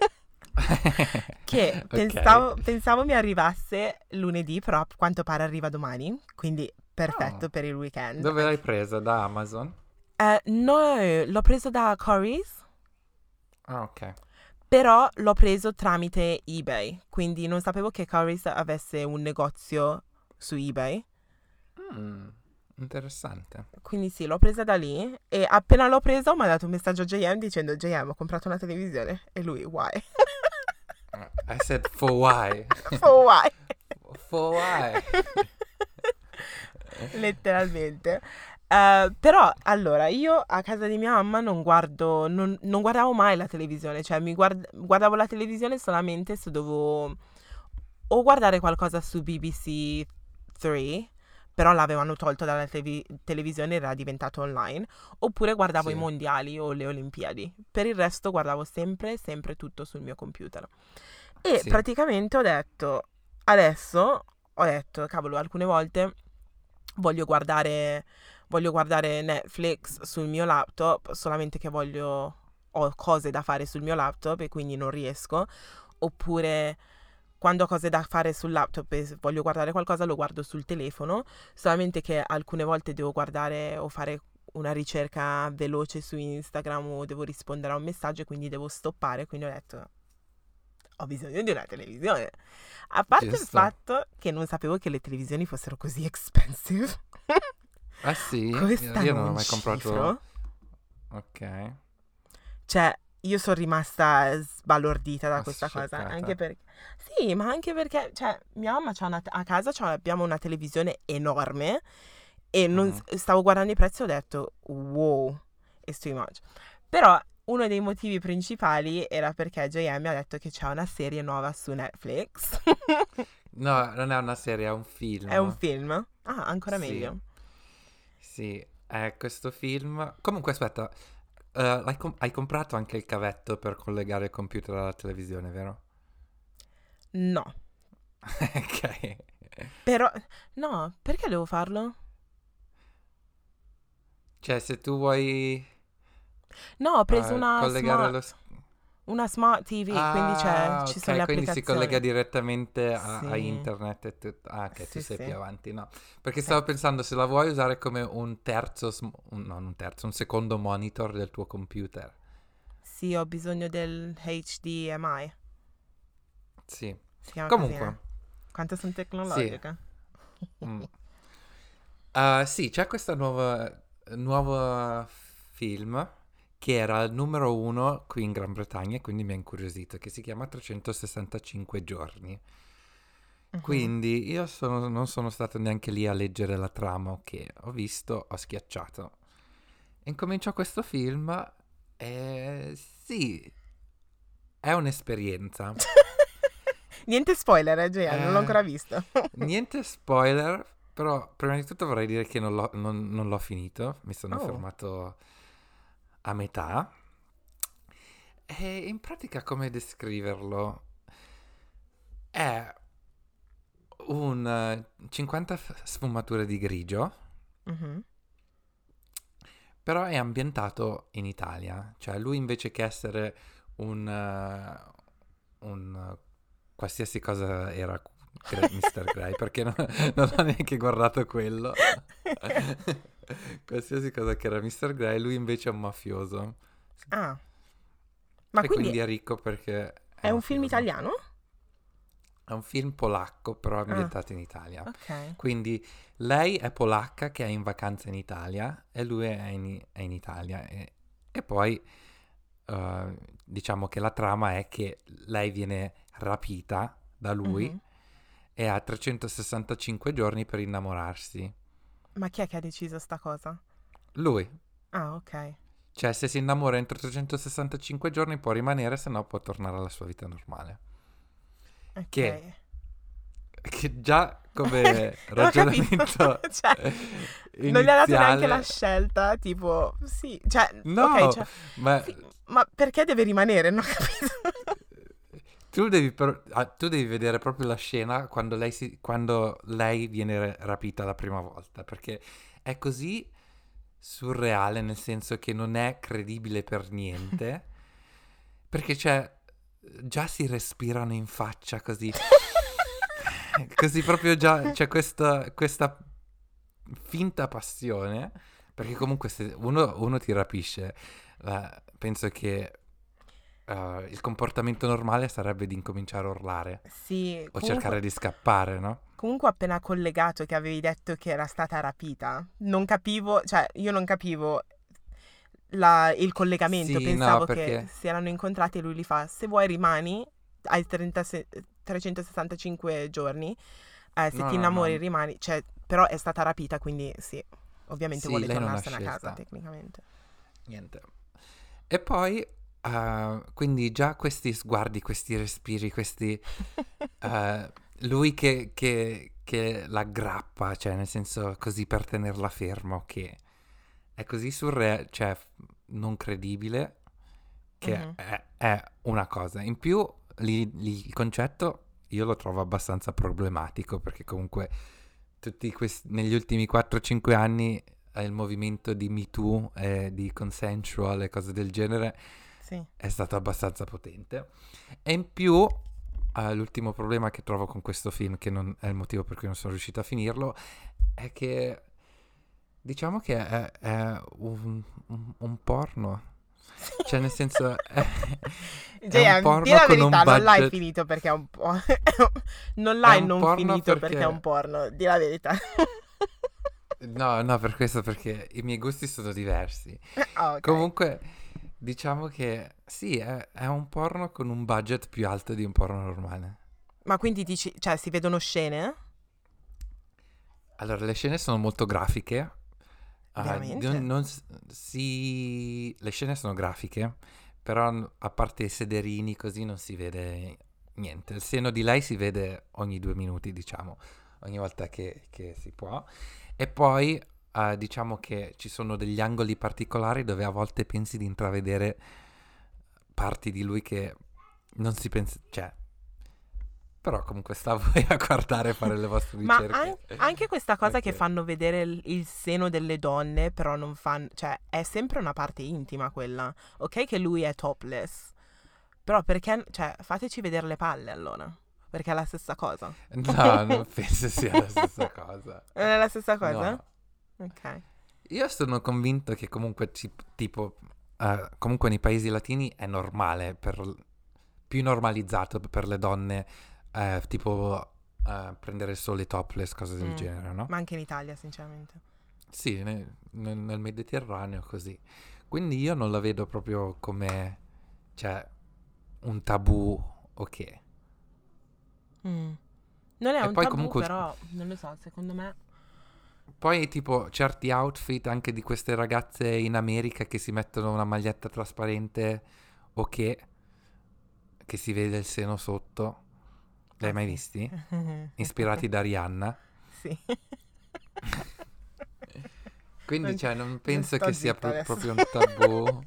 che Ok. pensavo mi arrivasse lunedì, però a quanto pare arriva domani, quindi perfetto Oh. per il weekend. Dove l'hai presa? Da Amazon? No, l'ho preso da Currys, Ah, ok. però l'ho preso tramite eBay, quindi non sapevo che Currys avesse un negozio su eBay. Mm, interessante. Quindi sì, l'ho presa da lì e appena l'ho presa mi ha dato un messaggio a JM dicendo JM ho comprato una televisione e lui why? I said for why? For why? For why? Letteralmente. Però allora io a casa di mia mamma non guardavo mai la televisione, cioè guardavo la televisione solamente se dovevo o guardare qualcosa su BBC 3, però l'avevano tolto dalla televisione, era diventato online, oppure guardavo i Sì, mondiali o le Olimpiadi. Per il resto guardavo sempre tutto sul mio computer. E sì, praticamente adesso ho detto, cavolo, alcune volte voglio guardare, voglio guardare Netflix sul mio laptop, solamente che ho cose da fare sul mio laptop e quindi non riesco, oppure quando ho cose da fare sul laptop e voglio guardare qualcosa lo guardo sul telefono, solamente che alcune volte devo guardare o fare una ricerca veloce su Instagram o devo rispondere a un messaggio e quindi devo stoppare, quindi ho detto ho bisogno di una televisione. A parte il giusto. fatto che non sapevo che le televisioni fossero così expensive. Ah sì? Io Costano non ho un mai comprato... cifro. Ok, Cioè, io sono rimasta sbalordita da questa cosa. Anche scioccata. perché... Sì, ma anche perché, cioè, mia mamma a casa abbiamo una televisione enorme e Mhm. stavo guardando i prezzi e ho detto, wow, it's too much. Però uno dei motivi principali era perché JM mi ha detto che c'è una serie nuova su Netflix. No, non è una serie, è un È un film. film. Ah, ancora Sì, meglio. sì, è questo film. Comunque, aspetta, hai comprato anche il cavetto per collegare il computer alla televisione, vero? No. Ok. Però, no, perché devo farlo? Cioè, se tu vuoi No, ho preso collegare lo... una smart TV, quindi Ah, ci sono ok, le quindi si collega applicazioni. direttamente a Sì, internet e tutto. Ah, ok, tu sì, sei più sì, avanti, no? Perché sì. stavo pensando se la vuoi usare come un terzo, non un terzo, un secondo monitor del tuo computer. Sì, ho bisogno del HDMI. Sì. Si chiama così, eh? Comunque, Quanto sono sì. tecnologica. Mm. Sì, c'è questa nuova film che era il numero uno qui in Gran Bretagna, e quindi mi ha incuriosito, che si chiama 365 giorni. Mhm. Quindi io non sono stato neanche lì a leggere la trama che ho visto, ho schiacciato. E incominciò questo film e sì, è un'esperienza. Niente spoiler, Gea, non l'ho Eh, ancora visto. niente spoiler, però prima di tutto vorrei dire che non l'ho finito, mi sono Oh. fermato a metà. E in pratica come descriverlo? È un 50 sfumature di grigio, Mhm. però è ambientato in Italia. Cioè lui invece che essere un qualsiasi cosa era Mr. Grey, perché non ho neanche guardato quello. Qualsiasi cosa che era Mr. Grey, lui invece è un mafioso. Ah, ma E quindi quindi è ricco perché è è un film mafioso. italiano? È un film polacco, però Ah, ambientato in Italia. ok. Quindi lei è polacca che è in vacanza in Italia e lui è in Italia. E poi diciamo che la trama è che lei viene rapita da lui Mhm. e ha 365 giorni per innamorarsi. Ma chi è che ha deciso sta cosa? Lui, Ah, ok. cioè se si innamora entro 365 giorni può rimanere, se no può tornare alla sua vita normale. Che, Ok. che già come Non ho capito. ragionamento Cioè, non gli ha dato neanche la iniziale, scelta, tipo, sì, cioè, ok, no, cioè, ma sì, ma perché deve rimanere? Non ho capito. tu devi vedere proprio la scena quando lei viene rapita la prima volta, perché è così surreale, nel senso che non è credibile per niente, perché già si respirano in faccia così, così proprio già c'è questa finta passione, Perché comunque se uno ti rapisce, penso che il comportamento normale sarebbe di incominciare a urlare Sì, o cercare di scappare, no? comunque appena collegato che avevi detto che era stata rapita, non capivo, cioè io non capivo il collegamento, Sì, no, pensavo che perché... si erano incontrati e lui gli fa, se vuoi rimani, hai 365 giorni, se No, ti no, innamori no. rimani, cioè, però è stata rapita, quindi sì, ovviamente Sì, vuole lei non ha tornarsene a casa scelta. tecnicamente. Niente. E poi, quindi già questi sguardi, questi respiri, eh, lui che l'aggrappa, cioè nel senso così per tenerla fermo, che è così surreale, cioè non credibile, che Mhm. è una cosa. In più, il concetto io lo trovo abbastanza problematico, perché comunque negli ultimi 4-5 anni il movimento di Me Too, di consensual e cose del genere Sì. è stato abbastanza potente. E in più, l'ultimo problema che trovo con questo film, che non è il motivo per cui non sono riuscito a finirlo, è che diciamo che è un porno. Cioè, nel senso, è un JM, di porno la con un verità, non l'hai budget. finito perché è un po'... non È l'hai un non porno finito perché è un perché... porno, di la verità. No, no, per questo perché i miei gusti sono diversi. Ah, ok. Comunque, diciamo che sì, è un porno con un budget più alto di un porno normale. Ma quindi dici, cioè, si vedono scene? Allora, le scene sono molto grafiche. Veramente? Le scene sono grafiche, però a parte i sederini così non si vede niente. Il seno di lei si vede ogni 2 minuti, diciamo, ogni volta che si può. E poi diciamo che ci sono degli angoli particolari dove a volte pensi di intravedere parti di lui che non si pensa... Cioè, però comunque sta a voi a guardare e fare le vostre Ma ricerche. anche questa cosa che Ok. fanno vedere il seno delle donne, però non fanno... Cioè, è sempre una parte intima quella. Ok che lui è topless, però perché... Cioè, fateci vedere le palle allora. Perché è la stessa cosa. No, non penso sia la stessa cosa. Non è la stessa cosa? No. Ok. Io sono convinto che comunque, tipo, comunque nei paesi latini è normale, più normalizzato per le donne, tipo, prendere solo i topless, cose del Mm. genere, no? Ma anche in Italia, sinceramente. Sì, nel Mediterraneo così. Quindi io non la vedo proprio come, cioè, un tabù, ok. Mm. Non è E un poi tabù, comunque, però non lo so, secondo me. poi tipo certi outfit anche di queste ragazze in America che si mettono una maglietta trasparente o che si vede il seno sotto. Li hai Ah, mai sì. visti? Ispirati da Rihanna. Sì. Quindi, Non, cioè, non non penso sto che sia zitta adesso. proprio un tabù.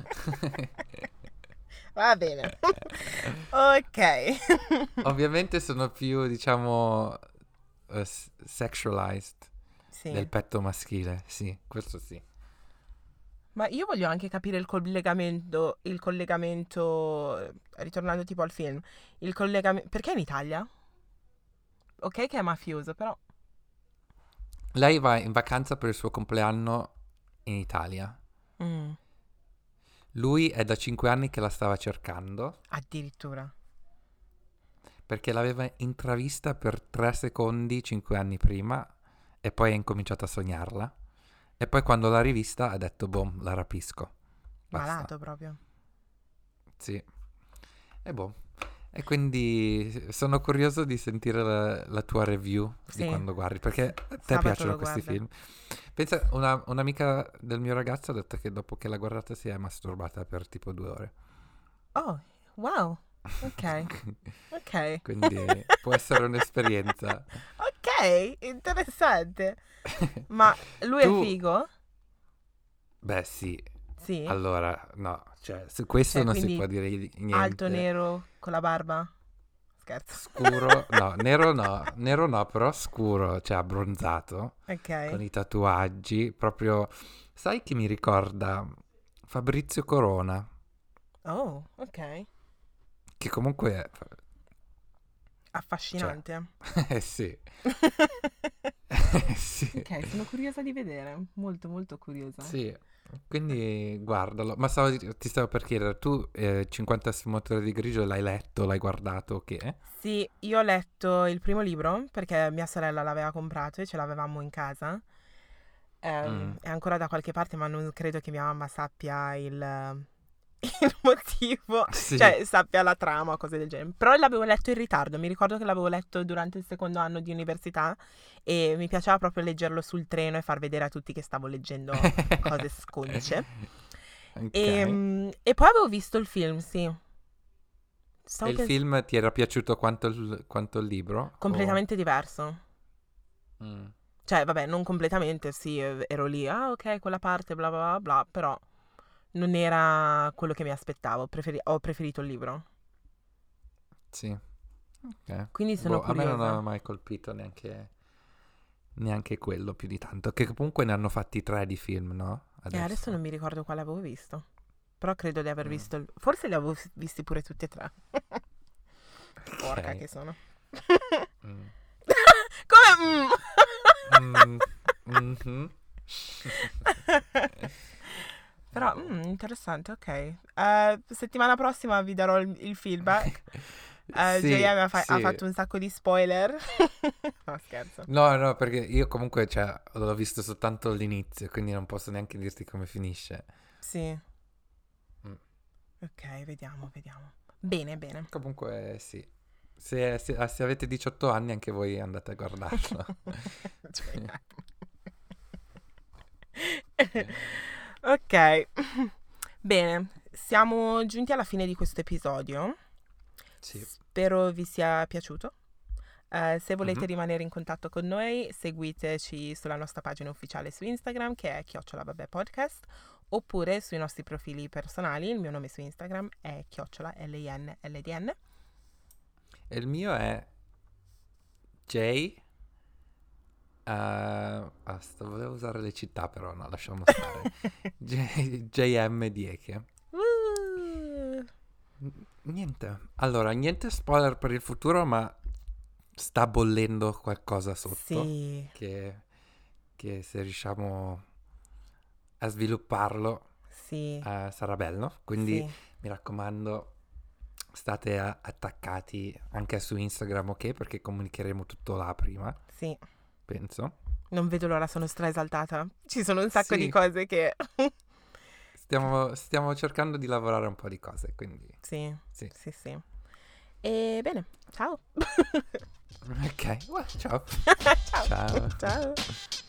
Va bene. Ok. Ovviamente sono più, diciamo, sexualized Sì. del petto maschile, sì, questo sì. Ma io voglio anche capire il collegamento, ritornando tipo al film, il collegamento, perché in Italia? Ok che è mafioso, però Lei va in vacanza per il suo compleanno in Italia. mm, Lui è da 5 anni che la stava cercando addirittura. perché l'aveva intravista per 3 secondi 5 anni prima e poi ha incominciato a sognarla. E poi quando l'ha rivista ha detto, boh, la rapisco. Basta. Malato proprio. Sì. E boh. E quindi sono curioso di sentire la tua review di Sì, quando guardi, perché a te sabato piacciono lo questi guarda. film. Pensa, un'amica del mio ragazzo ha detto che dopo che l'ha guardata si è masturbata per tipo 2 ore. Oh, wow. Ok, ok. Quindi può essere un'esperienza. Ok, interessante. Ma lui è Tu, figo? beh sì, Sì? allora no, cioè su questo Cioè, non si quindi può dire alto, niente. nero, con la barba? Scherzo. Scuro, no, nero no, però scuro, cioè abbronzato, con Ok. i tatuaggi, proprio, sai chi mi ricorda? Fabrizio Corona, Oh, ok. che comunque, cioè, Affascinante. eh sì, Sì. Ok, sono curiosa di vedere, molto molto curiosa. Sì, quindi guardalo. Ma ti stavo per chiedere, tu 50 sfumature di grigio l'hai letto, l'hai guardato, che? Sì, io ho letto il primo libro perché mia sorella l'aveva comprato e ce l'avevamo in casa. Mm. È ancora da qualche parte, ma non credo che mia mamma sappia il motivo, Sì. cioè sappia la trama o cose del genere. Però l'avevo letto in ritardo, mi ricordo che l'avevo letto durante il secondo anno di università e mi piaceva proprio leggerlo sul treno e far vedere a tutti che stavo leggendo cose sconce. Ok. E poi avevo visto il film, sì. E Stavo il pensando... film ti era piaciuto quanto il libro? Completamente diverso. Mm. Cioè, vabbè, non completamente, sì, ero lì, ah ok, quella parte, bla bla bla bla, però non era quello che mi aspettavo, ho preferito il libro. Sì. Ok. Quindi sono Boh, a me non curiosa. ha mai colpito neanche quello più di tanto. Che comunque ne hanno fatti 3 di film, no? Adesso non Adesso. mi ricordo quale avevo visto, però credo di aver Mm. visto forse li avevo visti pure tutti e tre. Porca Ok. che sono. Mm. Come? Mm. Mhm. Però, interessante, ok. Settimana prossima vi darò il feedback. Sì, JM ha sì. fatto un sacco di spoiler. No, scherzo. No, no, perché io comunque, cioè, l'ho visto soltanto all'inizio, quindi non posso neanche dirti come finisce. Sì, Mm. ok, vediamo, vediamo. Bene, bene. Comunque, sì. Se avete 18 anni, anche voi andate a guardarlo. JM. Ok, bene, siamo giunti alla fine di questo episodio. Sì. Spero vi sia piaciuto. Se volete Mhm. rimanere in contatto con noi, seguiteci sulla nostra pagina ufficiale su Instagram che è @LinPodcast oppure sui nostri profili personali. Il mio nome su Instagram è @LINLDN. E il mio è J. Volevo usare le città, però no, lasciamo stare. JM Dieke. Uh, Niente. Allora, niente spoiler per il futuro, ma sta bollendo qualcosa sotto. sì, Che se riusciamo a svilupparlo sì, sarà bello. Quindi sì, mi raccomando, state attaccati anche su Instagram, ok? Perché comunicheremo tutto là prima, sì. penso. Non vedo l'ora, sono stra esaltata. Ci sono un sacco di Sì, cose che... stiamo cercando di lavorare un po' di cose, quindi Sì, sì. sì, sì. E bene, ciao. Ok, ciao. Ciao. Ciao. Ciao.